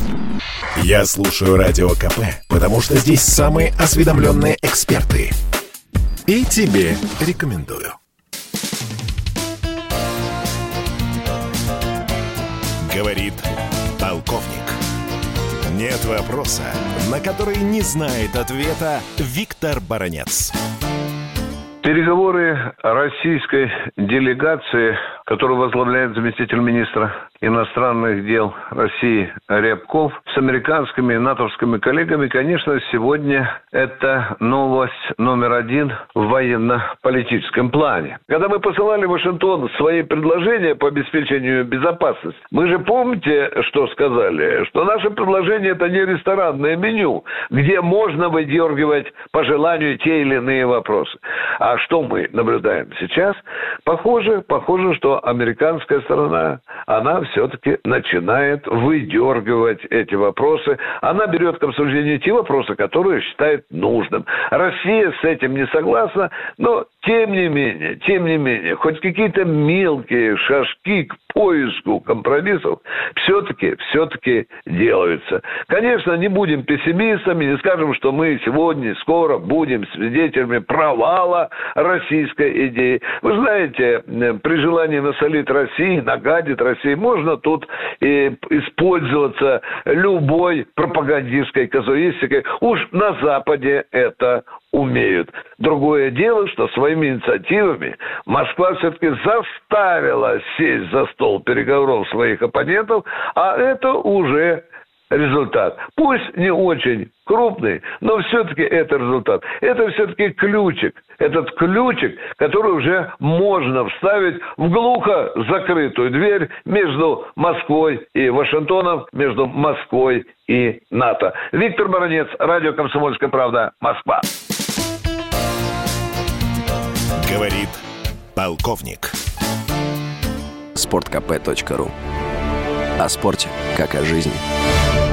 Я слушаю Радио КП, потому что здесь самые осведомленные эксперты. И тебе рекомендую. Говорит полковник. Нет вопроса, на который не знает ответа Виктор Баранец. Переговоры российской делегации, которую возглавляет заместитель министра иностранных дел России Рябков, с американскими и натовскими коллегами, конечно, сегодня это новость номер один в военно-политическом плане. Когда мы посылали в Вашингтон свои предложения по обеспечению безопасности, мы же помните, что сказали? Что наше предложение – это не ресторанное меню, где можно выдергивать по желанию те или иные вопросы. А что мы наблюдаем сейчас? Похоже, что американская сторона, она все-таки начинает выдергивать эти вопросы. Она берет к обсуждению те вопросы, которые считает нужным. Россия с этим не согласна, но тем не менее, хоть какие-то мелкие шажки к поиску компромиссов все-таки делаются. Конечно, не будем пессимистами, не скажем, что мы сегодня, скоро будем свидетелями провала российской идеи. Вы знаете, при желании насолить России, нагадить России, можно тут использоваться любой пропагандистской казуистикой. Уж на Западе это умеют. Другое дело, что своими инициативами Москва все-таки заставила сесть за стол переговоров своих оппонентов, а это уже результат. Пусть не очень крупный, но все-таки это результат. Это все-таки ключик. Этот ключик, который уже можно вставить в глухо закрытую дверь между Москвой и Вашингтоном, между Москвой и НАТО. Виктор Баранец, радио «Комсомольская правда», Москва. Говорит полковник. Sportkp.ru. О спорте, как о жизни.